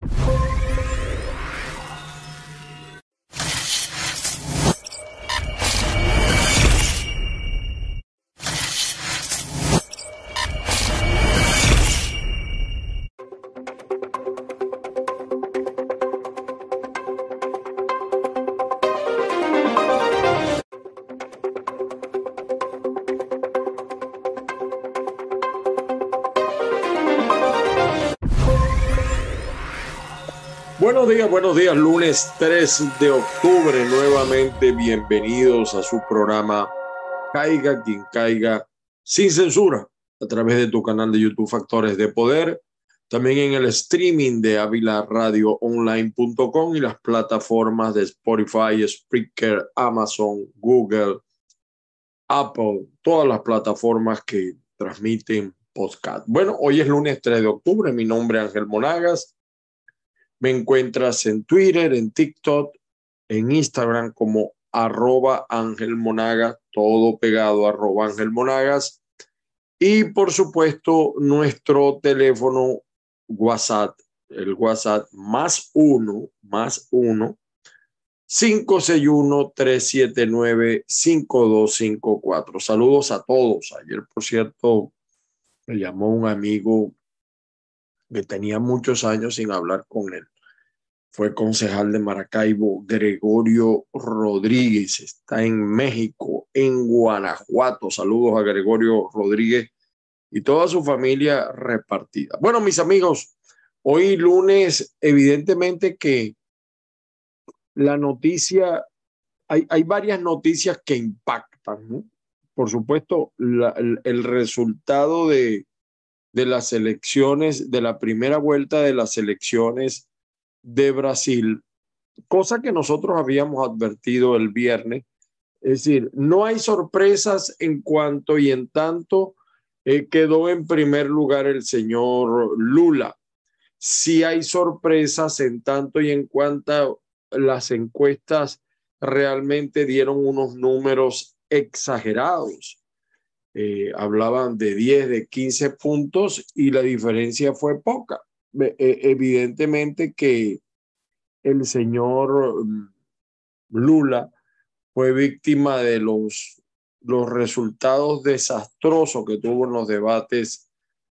Buenos días, lunes 3 de octubre, nuevamente bienvenidos a su programa Caiga quien caiga, sin censura, a través de tu canal de YouTube Factores de Poder, también en el streaming de avilaradioonline.com y las plataformas de Spotify, Spreaker, Amazon, Google, Apple, todas las plataformas que transmiten podcast. Bueno, hoy es lunes 3 de octubre, mi nombre es Ángel Monagas. Me encuentras en Twitter, en TikTok, en Instagram como @AngelMonagas, todo pegado @AngelMonagas. Y por supuesto nuestro teléfono WhatsApp, el WhatsApp +1 561-379-5254. Saludos a todos. Ayer, por cierto, me llamó un amigo que tenía muchos años sin hablar con él. Fue concejal de Maracaibo, Gregorio Rodríguez. Está en México, en Guanajuato. Saludos a Gregorio Rodríguez y toda su familia repartida. Bueno, mis amigos, hoy lunes, evidentemente que la noticia, hay varias noticias que impactan, ¿no? Por supuesto, el resultado de las elecciones, de la primera vuelta de las elecciones de Brasil, cosa que nosotros habíamos advertido el viernes. Es decir, no hay sorpresas en cuanto y en tanto quedó en primer lugar el señor Lula. Sí hay sorpresas en tanto y en cuanto las encuestas realmente dieron unos números exagerados. Hablaban de 10, de 15 puntos y la diferencia fue poca. Evidentemente que el señor Lula fue víctima de los resultados desastrosos que tuvo en los debates,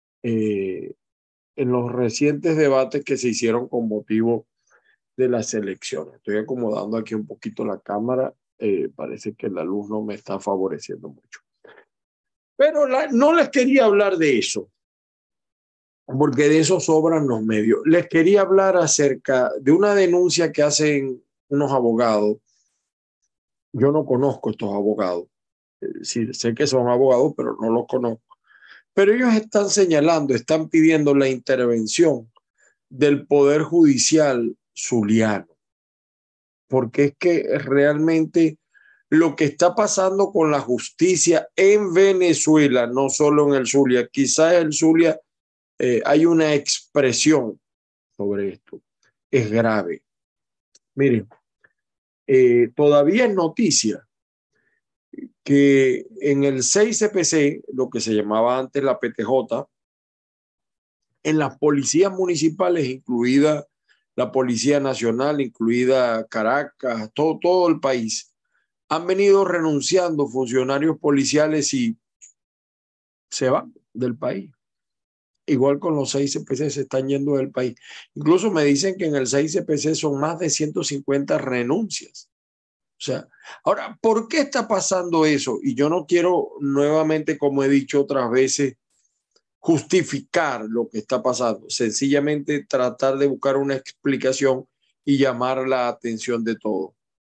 en los recientes debates que se hicieron con motivo de las elecciones. Estoy acomodando aquí un poquito la cámara, parece que la luz no me está favoreciendo mucho. Pero no les quería hablar de eso, porque de eso sobran los medios. Les quería hablar acerca de una denuncia que hacen unos abogados. Yo no conozco estos abogados. Sí, sé que son abogados, pero no los conozco. Pero ellos están señalando, están pidiendo la intervención del Poder Judicial zuliano, porque es que realmente lo que está pasando con la justicia en Venezuela, no solo en el Zulia, quizás el Zulia hay una expresión sobre esto, es grave. Miren, todavía es noticia que en el 6CPC, lo que se llamaba antes la PTJ, en las policías municipales, incluida la Policía Nacional, incluida Caracas, todo el país, han venido renunciando funcionarios policiales y se van del país. Igual con los 6CPC se están yendo del país. Incluso me dicen que en el 6CPC son más de 150 renuncias. O sea, ahora, ¿por qué está pasando eso? Y yo no quiero nuevamente, como he dicho otras veces, justificar lo que está pasando, sencillamente tratar de buscar una explicación y llamar la atención de todos.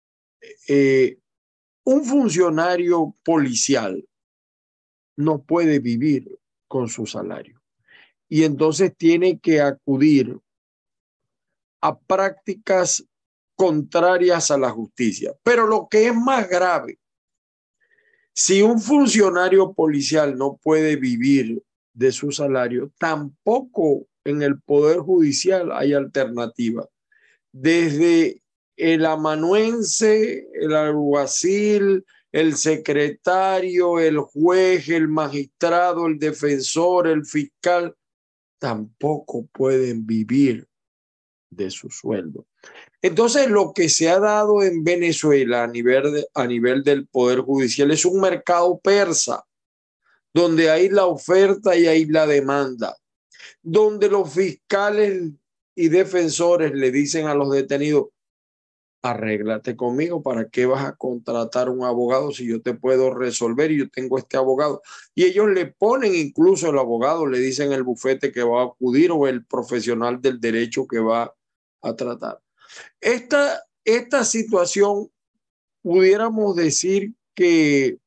Un funcionario policial no puede vivir con su salario y entonces tiene que acudir a prácticas contrarias a la justicia. Pero lo que es más grave, si un funcionario policial no puede vivir de su salario, tampoco en el Poder Judicial hay alternativa. Desde el amanuense, el alguacil, el secretario, el juez, el magistrado, el defensor, el fiscal, tampoco pueden vivir de su sueldo. Entonces, lo que se ha dado en Venezuela a nivel del Poder Judicial es un mercado persa, donde hay la oferta y hay la demanda, donde los fiscales y defensores le dicen a los detenidos: arréglate conmigo, ¿para qué vas a contratar un abogado si yo te puedo resolver y yo tengo este abogado? Y ellos le ponen incluso el abogado, le dicen el bufete que va a acudir o el profesional del derecho que va a tratar. Esta situación pudiéramos decir que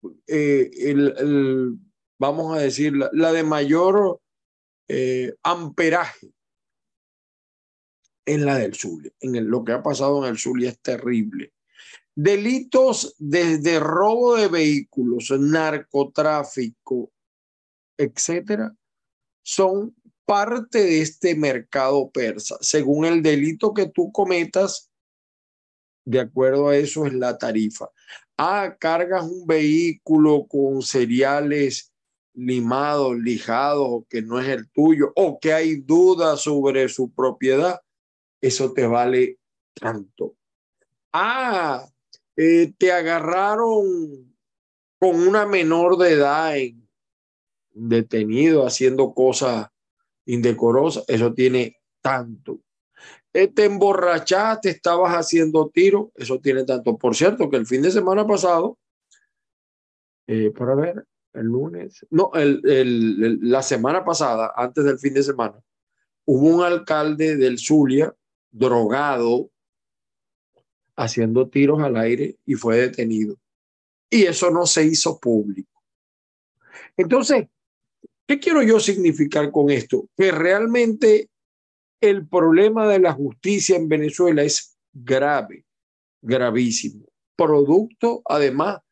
vamos a decir, la de mayor amperaje en la del Zulia. Lo que ha pasado en el Zulia es terrible. Delitos desde robo de vehículos, narcotráfico, etcétera, son parte de este mercado persa. Según el delito que tú cometas, de acuerdo a eso es la tarifa. Cargas un vehículo con cereales limados, lijados, que no es el tuyo, o que hay dudas sobre su propiedad, eso te vale tanto. Te agarraron con una menor de edad detenido haciendo cosas indecorosas, eso tiene tanto. Te emborrachaste, estabas haciendo tiro, eso tiene tanto. Por cierto, que el fin de semana pasado, para ver, el lunes, no, la semana pasada, antes del fin de semana, hubo un alcalde del Zulia drogado haciendo tiros al aire y fue detenido. Y eso no se hizo público. Entonces, ¿qué quiero yo significar con esto? Que realmente el problema de la justicia en Venezuela es grave, gravísimo. Producto, además,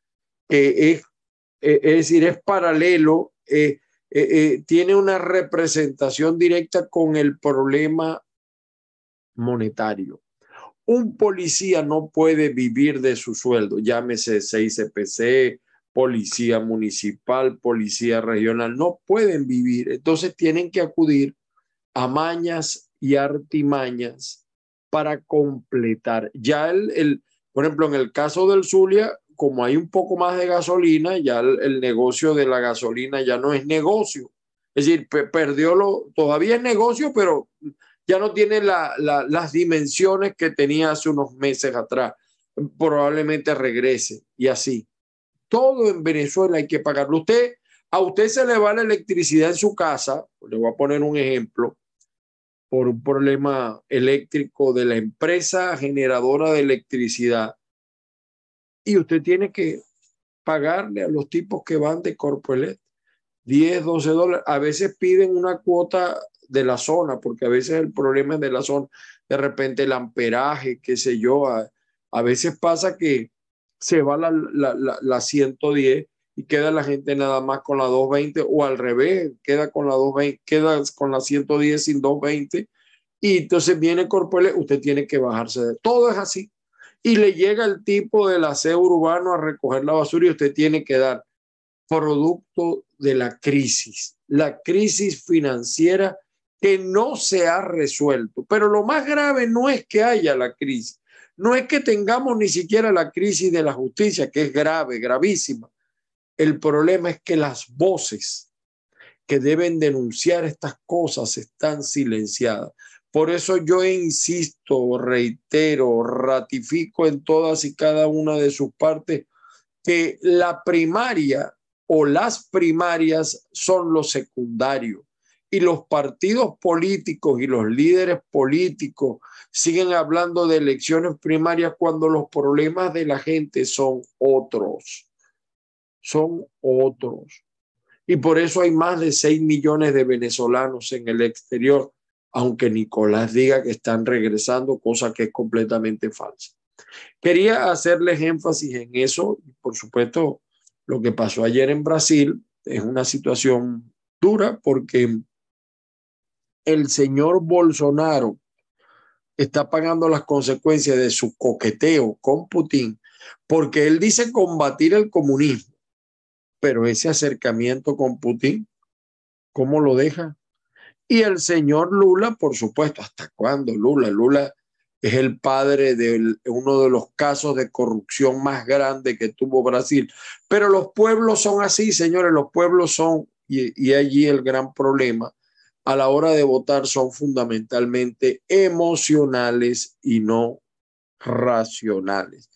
es decir, es paralelo, tiene una representación directa con el problema monetario. Un policía no puede vivir de su sueldo, llámese 6CPC, policía municipal, policía regional, no pueden vivir. Entonces tienen que acudir a mañas y artimañas para completar. Ya por ejemplo, en el caso del Zulia, como hay un poco más de gasolina, ya el negocio de la gasolina ya no es negocio. Es decir, todavía es negocio, pero ya no tiene las dimensiones que tenía hace unos meses atrás. Probablemente regrese y así. Todo en Venezuela hay que pagarlo. A usted se le va la electricidad en su casa, le voy a poner un ejemplo, por un problema eléctrico de la empresa generadora de electricidad, y usted tiene que pagarle a los tipos que van de Corpoelec $10, $12. A veces piden una cuota de la zona, porque a veces el problema es de la zona. De repente el amperaje, qué sé yo. A veces pasa que se va la 110 y queda la gente nada más con la 220, o al revés, queda con la 220, queda con la 110 sin 220, y entonces viene Corpoelec, usted tiene que bajarse de todo. Es así. Y le llega el tipo del aseo urbano a recoger la basura y usted tiene que dar, producto de la crisis financiera que no se ha resuelto. Pero lo más grave no es que haya la crisis, no es que tengamos ni siquiera la crisis de la justicia, que es grave, gravísima. El problema es que las voces que deben denunciar estas cosas están silenciadas. Por eso yo insisto, reitero, ratifico en todas y cada una de sus partes que la primaria o las primarias son lo secundario, y los partidos políticos y los líderes políticos siguen hablando de elecciones primarias cuando los problemas de la gente son otros, son otros. Y por eso hay más de 6 millones de venezolanos en el exterior, aunque Nicolás diga que están regresando, cosa que es completamente falsa. Quería hacerles énfasis en eso. Por supuesto, lo que pasó ayer en Brasil es una situación dura, porque el señor Bolsonaro está pagando las consecuencias de su coqueteo con Putin, porque él dice combatir el comunismo, pero ese acercamiento con Putin, ¿cómo lo deja? Y el señor Lula, por supuesto, ¿hasta cuándo Lula? Lula es el padre de uno de los casos de corrupción más grande que tuvo Brasil. Pero los pueblos son así, señores, los pueblos son, y allí el gran problema, a la hora de votar son fundamentalmente emocionales y no racionales.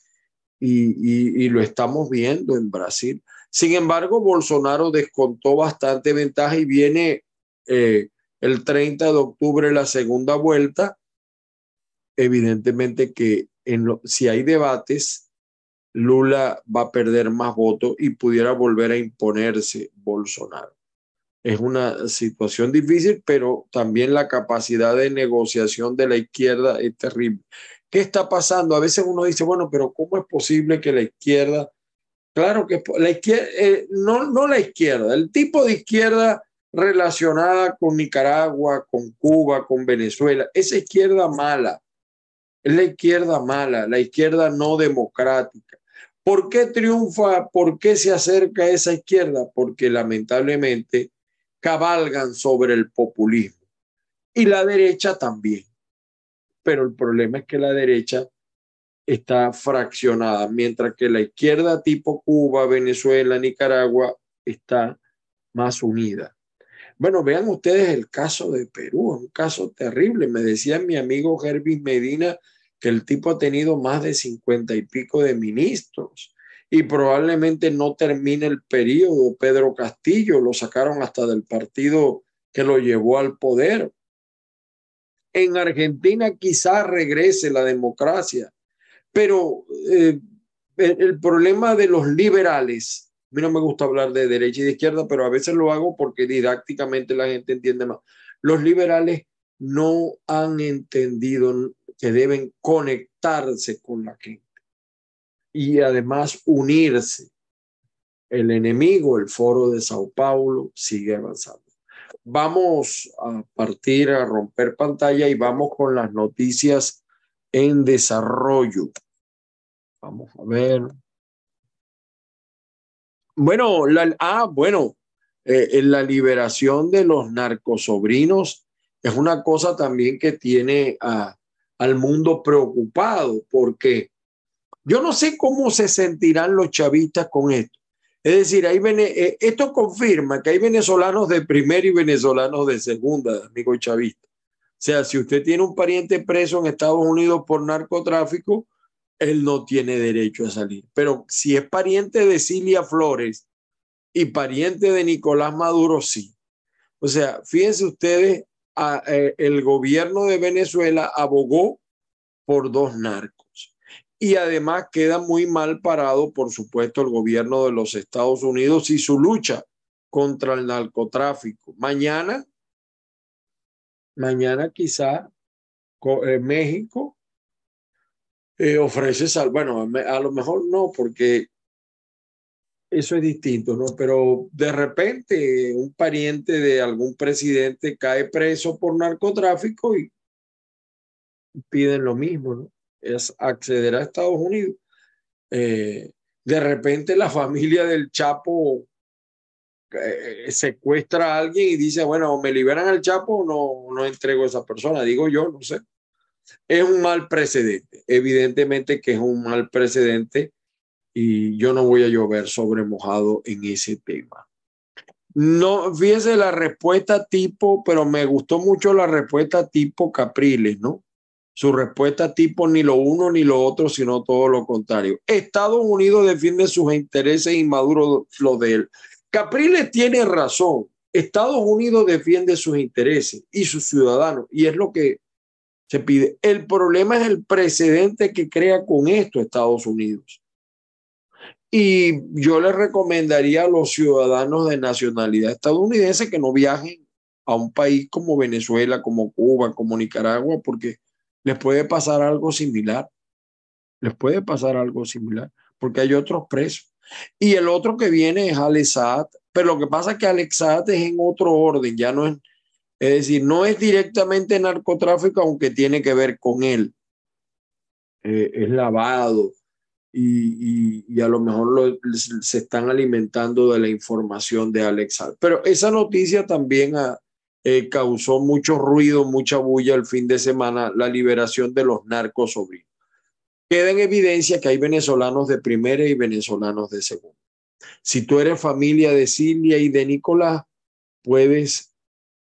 Y lo estamos viendo en Brasil. Sin embargo, Bolsonaro descontó bastante ventaja y viene el 30 de octubre la segunda vuelta. Evidentemente que si hay debates, Lula va a perder más votos y pudiera volver a imponerse Bolsonaro. Es una situación difícil, pero también la capacidad de negociación de la izquierda es terrible. ¿Qué está pasando? A veces uno dice, bueno, pero ¿cómo es posible que la izquierda, claro que la izquierda, no la izquierda, el tipo de izquierda relacionada con Nicaragua, con Cuba, con Venezuela, esa izquierda mala, es la izquierda mala, la izquierda no democrática. ¿Por qué triunfa? ¿Por qué se acerca a esa izquierda? Porque lamentablemente cabalgan sobre el populismo. Y la derecha también. Pero el problema es que la derecha está fraccionada, mientras que la izquierda tipo Cuba, Venezuela, Nicaragua está más unida. Bueno, vean ustedes el caso de Perú, es un caso terrible. Me decía mi amigo Hervis Medina que el tipo ha tenido más de 50 y pico de ministros y probablemente no termine el periodo. Pedro Castillo lo sacaron hasta del partido que lo llevó al poder. En Argentina quizás regrese la democracia, pero el problema de los liberales, a mí no me gusta hablar de derecha y de izquierda, pero a veces lo hago porque didácticamente la gente entiende más. Los liberales no han entendido que deben conectarse con la gente y además unirse. El enemigo, el Foro de Sao Paulo, sigue avanzando. Vamos a partir a romper pantalla y vamos con las noticias en desarrollo. Vamos a ver. Bueno, la liberación de los narcosobrinos es una cosa también que tiene al mundo preocupado, porque yo no sé cómo se sentirán los chavistas con esto. Es decir, esto confirma que hay venezolanos de primera y venezolanos de segunda, amigo chavista. O sea, si usted tiene un pariente preso en Estados Unidos por narcotráfico, él no tiene derecho a salir. Pero si es pariente de Cilia Flores y pariente de Nicolás Maduro, sí. O sea, fíjense ustedes, el gobierno de Venezuela abogó por dos narcos. Y además queda muy mal parado, por supuesto, el gobierno de los Estados Unidos y su lucha contra el narcotráfico. Mañana quizá México ofrece bueno, a lo mejor no, porque eso es distinto, ¿no? Pero de repente un pariente de algún presidente cae preso por narcotráfico y piden lo mismo, ¿no? Es acceder a Estados Unidos. De repente la familia del Chapo secuestra a alguien y dice, bueno, o me liberan al Chapo o no entrego a esa persona. Digo yo, no sé. Es un mal precedente. Evidentemente que es un mal precedente y yo no voy a llover sobre mojado en ese tema. No, fíjese la respuesta tipo, pero me gustó mucho la respuesta tipo Capriles, ¿no? Su respuesta tipo ni lo uno ni lo otro, sino todo lo contrario. Estados Unidos defiende sus intereses y Maduro los de él. Capriles tiene razón. Estados Unidos defiende sus intereses y sus ciudadanos, y es lo que se pide. El problema es el precedente que crea con esto Estados Unidos. Y yo les recomendaría a los ciudadanos de nacionalidad estadounidense que no viajen a un país como Venezuela, como Cuba, como Nicaragua, porque les puede pasar algo similar. Les puede pasar algo similar, porque hay otros presos. Y el otro que viene es Alex Saad, pero lo que pasa es que Alex Saad es en otro orden, ya no es decir, no es directamente narcotráfico, aunque tiene que ver con él. Es lavado y a lo mejor se están alimentando de la información de Alex Saad. Pero esa noticia también causó mucho ruido, mucha bulla el fin de semana, la liberación de los narcos sobrinos. Queda en evidencia que hay venezolanos de primera y venezolanos de segunda. Si tú eres familia de Silvia y de Nicolás, puedes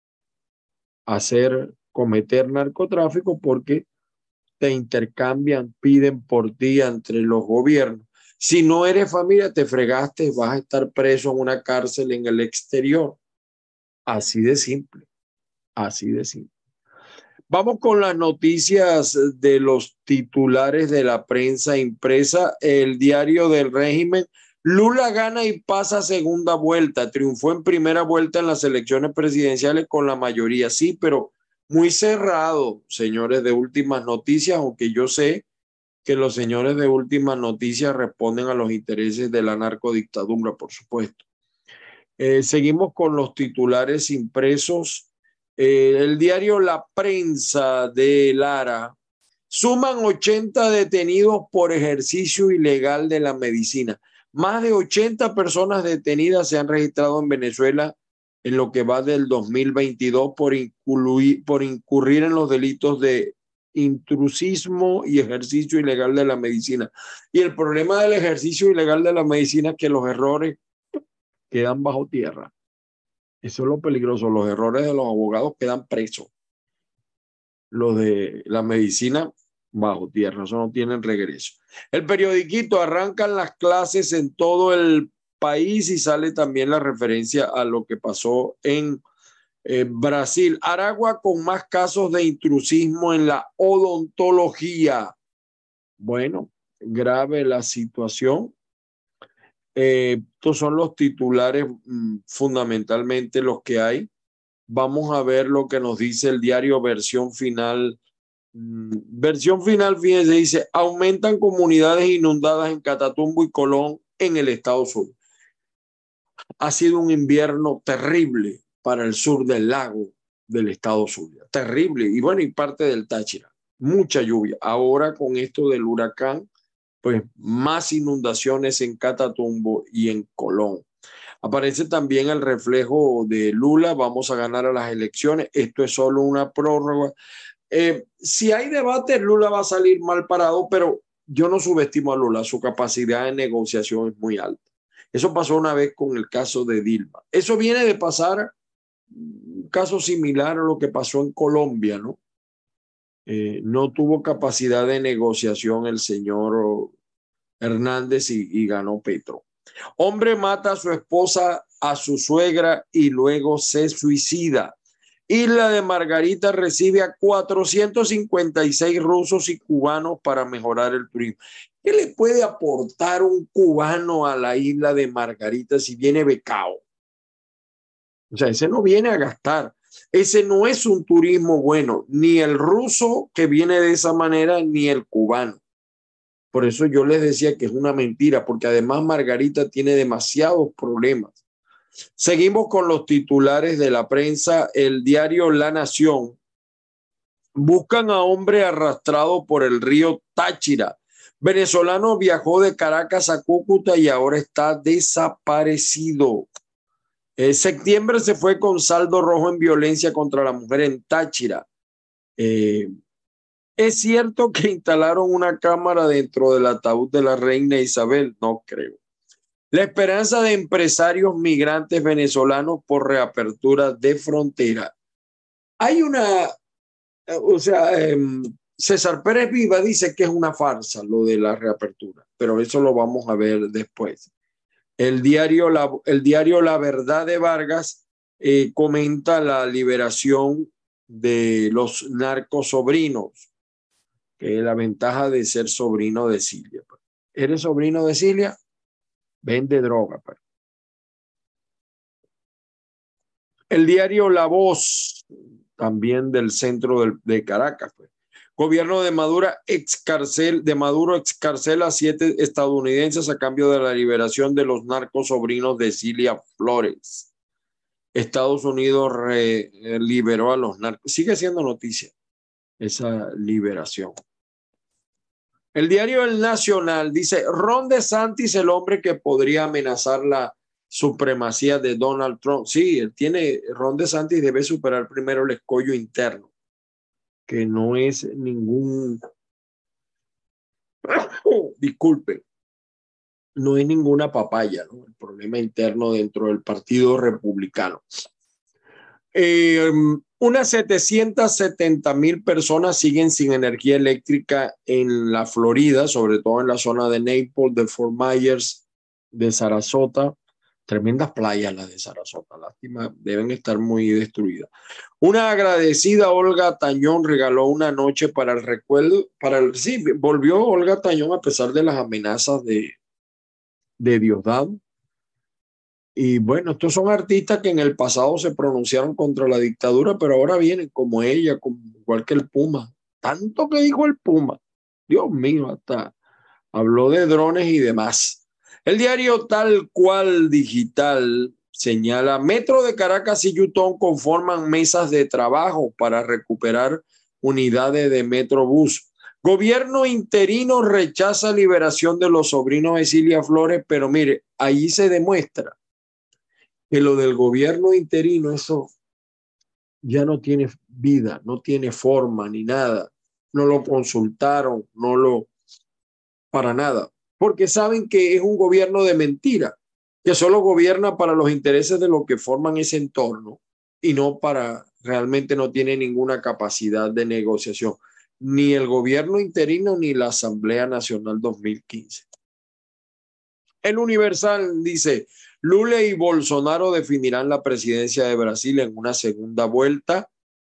cometer narcotráfico porque te intercambian, piden por ti entre los gobiernos. Si no eres familia, te fregaste, vas a estar preso en una cárcel en el exterior. Así de simple, así de simple. Vamos con las noticias de los titulares de la prensa impresa. El diario del régimen. Lula gana y pasa a segunda vuelta. Triunfó en primera vuelta en las elecciones presidenciales con la mayoría. Sí, pero muy cerrado, señores de Últimas Noticias, aunque yo sé que los señores de Últimas Noticias responden a los intereses de la narcodictadura, por supuesto. Seguimos con los titulares impresos. El diario La Prensa de Lara. Suman 80 detenidos por ejercicio ilegal de la medicina. Más de 80 personas detenidas se han registrado en Venezuela en lo que va del 2022 por incurrir en los delitos de intrusismo y ejercicio ilegal de la medicina. Y el problema del ejercicio ilegal de la medicina es que los errores quedan bajo tierra. Eso es lo peligroso. Los errores de los abogados quedan presos. Los de la medicina bajo tierra, eso no tienen regreso. El periodiquito, arrancan las clases en todo el país y sale también la referencia a lo que pasó en Brasil. Aragua con más casos de intrusismo en la odontología. Bueno, grave la situación. Estos son los titulares fundamentalmente los que hay. Vamos a ver lo que nos dice el diario Versión Final. Versión Final, fíjense, dice, aumentan comunidades inundadas en Catatumbo y Colón en el estado sur. Ha sido un invierno terrible para el sur del lago del estado Zulia. Terrible. Y bueno, y parte del Táchira. Mucha lluvia. Ahora con esto del huracán, pues más inundaciones en Catatumbo y en Colón. Aparece también el reflejo de Lula, vamos a ganar a las elecciones, esto es solo una prórroga. Si hay debate, Lula va a salir mal parado, pero yo no subestimo a Lula, su capacidad de negociación es muy alta. Eso pasó una vez con el caso de Dilma. Eso viene de pasar un caso similar a lo que pasó en Colombia, ¿no? No tuvo capacidad de negociación el señor Hernández y ganó Petro. Hombre mata a su esposa, a su suegra y luego se suicida. Isla de Margarita recibe a 456 rusos y cubanos para mejorar el turismo. ¿Qué le puede aportar un cubano a la isla de Margarita si viene becado? O sea, ese no viene a gastar. Ese no es un turismo bueno, ni el ruso que viene de esa manera, ni el cubano. Por eso yo les decía que es una mentira, porque además Margarita tiene demasiados problemas. Seguimos con los titulares de la prensa. El diario La Nación. Buscan a hombre arrastrado por el río Táchira. Venezolano viajó de Caracas a Cúcuta y ahora está desaparecido. En septiembre se fue con saldo rojo en violencia contra la mujer en Táchira. ¿Es cierto que instalaron una cámara dentro del ataúd de la reina Isabel? No creo. La esperanza de empresarios migrantes venezolanos por reapertura de frontera. Hay una, o sea, César Pérez Viva dice que es una farsa lo de la reapertura, pero eso lo vamos a ver después. El diario La Verdad de Vargas comenta la liberación de los narcosobrinos, que es la ventaja de ser sobrino de Cilia. ¿Eres sobrino de Cilia? Vende droga. El diario La Voz, también del centro de Caracas. Gobierno de Maduro excarcela a 7 estadounidenses a cambio de la liberación de los narcosobrinos de Cilia Flores. Estados Unidos liberó a los narcos. Sigue siendo noticia esa liberación. El diario El Nacional dice, Ron DeSantis, el hombre que podría amenazar la supremacía de Donald Trump. Sí, Ron DeSantis debe superar primero el escollo interno, que no es ningún, disculpe, no es ninguna papaya, ¿no? El problema interno dentro del Partido Republicano. Unas 770,000 personas siguen sin energía eléctrica en la Florida, sobre todo en la zona de Naples, de Fort Myers, de Sarasota. Tremendas playas las de Sarasota, lástima, deben estar muy destruidas. Una agradecida Olga Tañón regaló una noche para el recuerdo, sí, volvió Olga Tañón a pesar de las amenazas de Diosdado. Y bueno, estos son artistas que en el pasado se pronunciaron contra la dictadura, pero ahora vienen como ella, igual que el Puma. Tanto que dijo el Puma. Dios mío, hasta habló de drones y demás. El diario Tal Cual Digital señala: Metro de Caracas y Yutón conforman mesas de trabajo para recuperar unidades de Metrobús. Gobierno interino rechaza liberación de los sobrinos de Cilia Flores, pero mire, ahí se demuestra que lo del gobierno interino, eso ya no tiene vida, no tiene forma ni nada. No lo consultaron, para nada, porque saben que es un gobierno de mentira, que solo gobierna para los intereses de los que forman ese entorno y no realmente no tiene ninguna capacidad de negociación, ni el gobierno interino ni la Asamblea Nacional 2015. El Universal dice: Lula y Bolsonaro definirán la presidencia de Brasil en una segunda vuelta.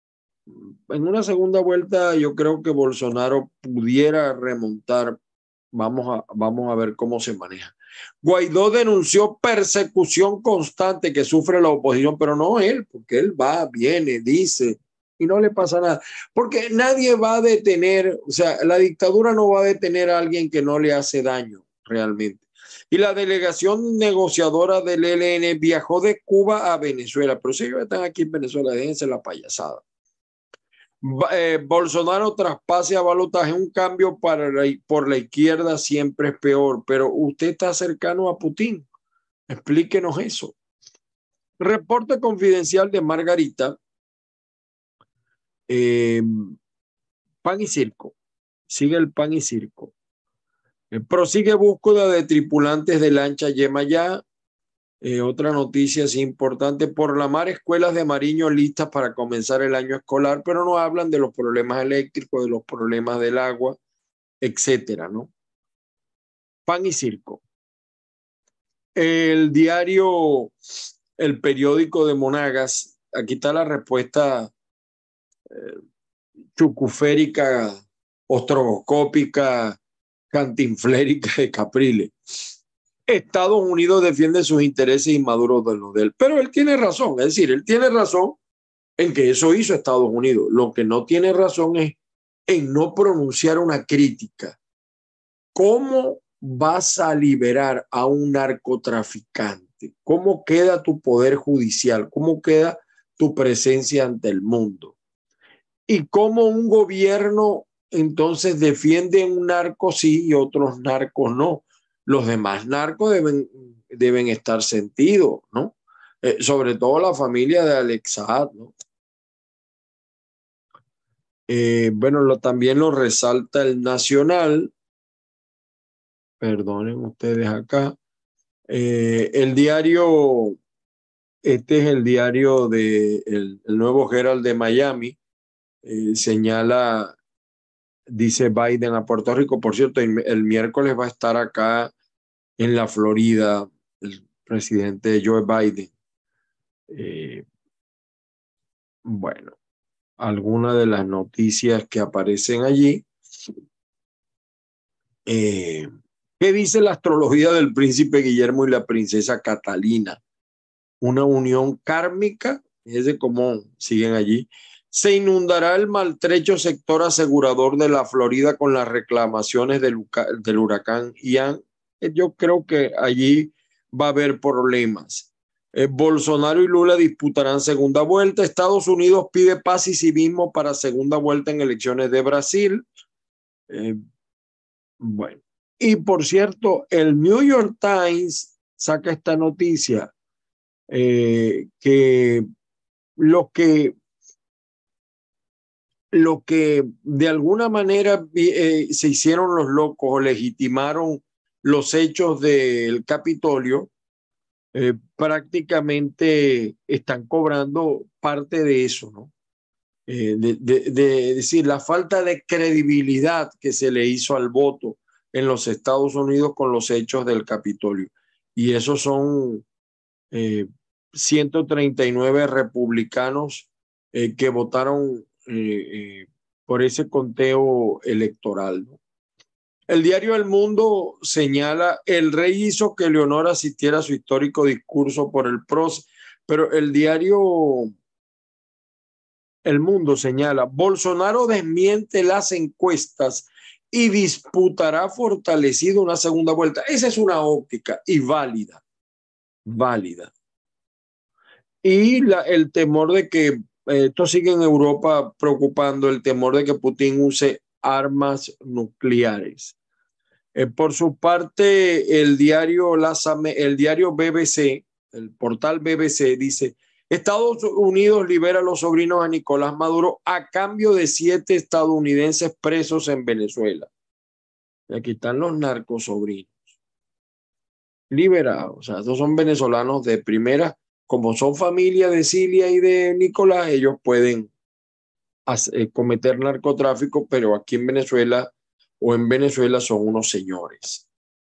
En una segunda vuelta yo creo que Bolsonaro pudiera remontar. Vamos a ver cómo se maneja. Guaidó denunció persecución constante que sufre la oposición, pero no él, porque él va, viene, dice y no le pasa nada. Porque nadie va a detener, o sea, la dictadura no va a detener a alguien que no le hace daño realmente. Y la delegación negociadora del ELN viajó de Cuba a Venezuela, pero si ellos están aquí en Venezuela, déjense la payasada. Bolsonaro traspase a balotaje, un cambio por la izquierda siempre es peor, pero usted está cercano a Putin. Explíquenos eso. Reporte confidencial de Margarita. Pan y circo. Sigue el pan y circo. Prosigue búsqueda de tripulantes de lancha Yemayá. Otra noticia es importante: por la mar, escuelas de Mariño listas para comenzar el año escolar, pero no hablan de los problemas eléctricos, de los problemas del agua, etcétera, ¿no? Pan y circo. El diario, el periódico de Monagas, aquí está la respuesta chucuférica, ostroboscópica, cantinflérica de Capriles. Estados Unidos defiende sus intereses inmaduros de los de él, pero él tiene razón, es decir, él tiene razón en que eso hizo Estados Unidos. Lo que no tiene razón es en no pronunciar una crítica. ¿Cómo vas a liberar a un narcotraficante? ¿Cómo queda tu poder judicial? ¿Cómo queda tu presencia ante el mundo? ¿Y cómo un gobierno entonces defiende un narco sí y otros narcos no? Los demás narcos deben estar sentidos, ¿no? Sobre todo la familia de Alex Saad, ¿no? Bueno, también lo resalta el Nacional. Perdonen ustedes acá. El diario, este es el diario de el Nuevo Herald de Miami, señala, dice Biden a Puerto Rico. Por cierto, el miércoles va a estar acá en la Florida el presidente Joe Biden. Bueno, algunas de las noticias que aparecen allí. ¿Qué dice la astrología del príncipe Guillermo y la princesa Catalina? Una unión kármica, es de cómo siguen allí. Se inundará el maltrecho sector asegurador de la Florida con las reclamaciones del huracán Ian. Yo creo que allí va a haber problemas. Bolsonaro y Lula disputarán segunda vuelta. Estados Unidos pide paz y civismo para segunda vuelta en elecciones de Brasil. Bueno. Y por cierto, el New York Times saca esta noticia, que lo que de alguna manera se hicieron los locos o legitimaron los hechos del Capitolio, prácticamente están cobrando parte de eso, ¿no? De decir, la falta de credibilidad que se le hizo al voto en los Estados Unidos con los hechos del Capitolio. Y esos son 139 republicanos que votaron por ese conteo electoral, ¿no? El diario El Mundo señala, el rey hizo que Leonor asistiera a su histórico discurso por el PROS, pero el diario El Mundo señala, Bolsonaro desmiente las encuestas y disputará fortalecido una segunda vuelta. Esa es una óptica y válida, válida. Y el temor de que, esto sigue en Europa preocupando, el temor de que Putin use armas nucleares. Por su parte, el diario BBC, el portal BBC, dice, Estados Unidos libera a los sobrinos de Nicolás Maduro a cambio de 7 estadounidenses presos en Venezuela. Y aquí están los narcosobrinos liberados. O sea, estos son venezolanos de primera. Como son familia de Cilia y de Nicolás, ellos pueden cometer narcotráfico, pero aquí en Venezuela o en Venezuela son unos señores.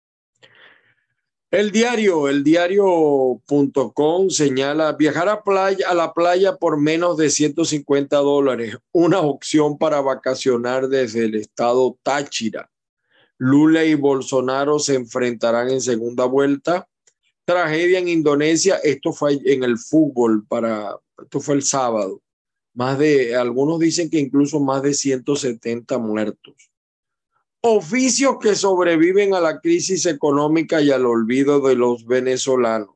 El diario.com señala viajar a la playa por menos de $150, una opción para vacacionar desde el estado Táchira. Lula y Bolsonaro se enfrentarán en segunda vuelta. Tragedia en Indonesia, esto fue en el fútbol, esto fue el sábado. Algunos dicen que incluso más de 170 muertos. Oficios que sobreviven a la crisis económica y al olvido de los venezolanos.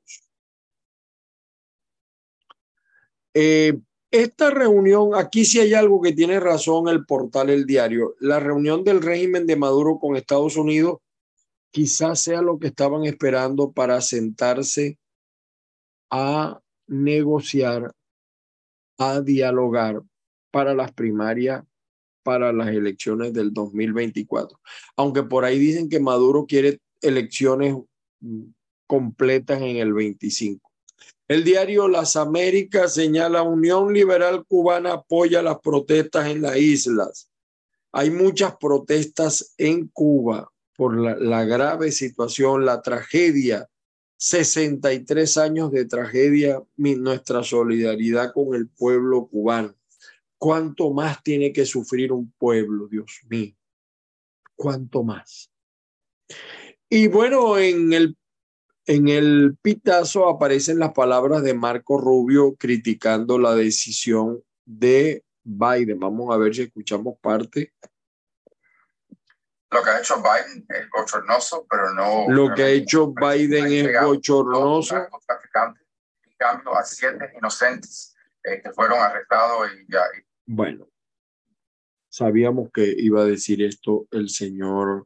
Esta reunión, aquí sí hay algo que tiene razón el portal El Diario. La reunión del régimen de Maduro con Estados Unidos quizás sea lo que estaban esperando para sentarse a negociar, a dialogar para las primarias, para las elecciones del 2024. Aunque por ahí dicen que Maduro quiere elecciones completas en el 25. El diario Las Américas señala, Unión Liberal Cubana apoya las protestas en las islas. Hay muchas protestas en Cuba por la grave situación, la tragedia, 63 años de tragedia, nuestra solidaridad con el pueblo cubano. ¿Cuánto más tiene que sufrir un pueblo, Dios mío? ¿Cuánto más? Y bueno, en el pitazo aparecen las palabras de Marco Rubio criticando la decisión de Biden. Vamos a ver si escuchamos parte. Lo que ha hecho Biden es bochornoso, pero no... Lo que ha hecho Biden es bochornoso. En cambio, a 7 inocentes que fueron arrestados y ya... Bueno, sabíamos que iba a decir esto el señor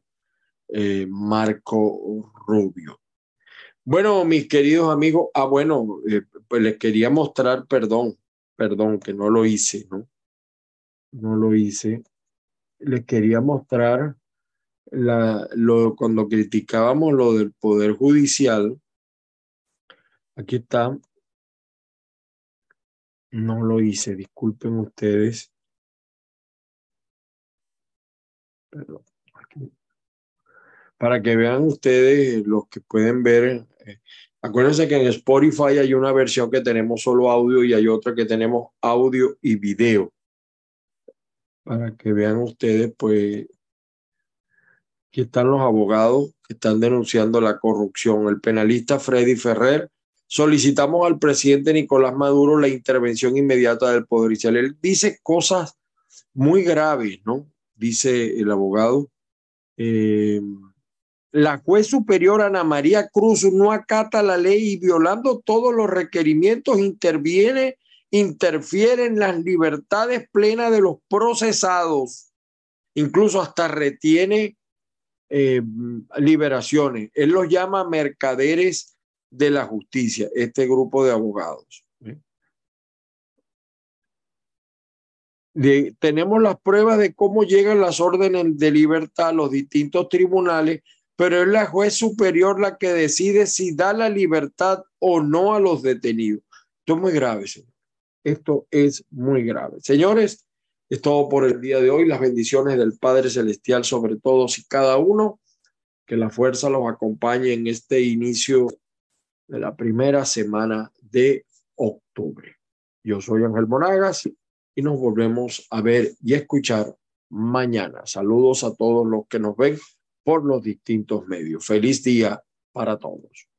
Marco Rubio. Bueno, mis queridos amigos, pues les quería mostrar, perdón, que no lo hice, ¿no? No lo hice. Les quería mostrar cuando criticábamos lo del Poder Judicial. Aquí está. No lo hice, disculpen ustedes. Perdón. Para que vean ustedes los que pueden ver. Acuérdense que en Spotify hay una versión que tenemos solo audio y hay otra que tenemos audio y video. Para que vean ustedes, pues, aquí están los abogados que están denunciando la corrupción. El penalista Freddy Ferrer, solicitamos al presidente Nicolás Maduro la intervención inmediata del Poder Judicial. Él dice cosas muy graves, ¿no? Dice el abogado. La juez superior Ana María Cruz no acata la ley y violando todos los requerimientos interfiere en las libertades plenas de los procesados. Incluso hasta retiene liberaciones. Él los llama mercaderes de la justicia, este grupo de abogados. Tenemos las pruebas de cómo llegan las órdenes de libertad a los distintos tribunales, pero es la juez superior la que decide si da la libertad o no a los detenidos. Esto es muy grave, señor. Esto es muy grave. Señores, es todo por el día de hoy. Las bendiciones del Padre Celestial sobre todos y cada uno. Que la fuerza los acompañe en este inicio de la primera semana de octubre. Yo soy Ángel Monagas y nos volvemos a ver y escuchar mañana. Saludos a todos los que nos ven por los distintos medios. Feliz día para todos.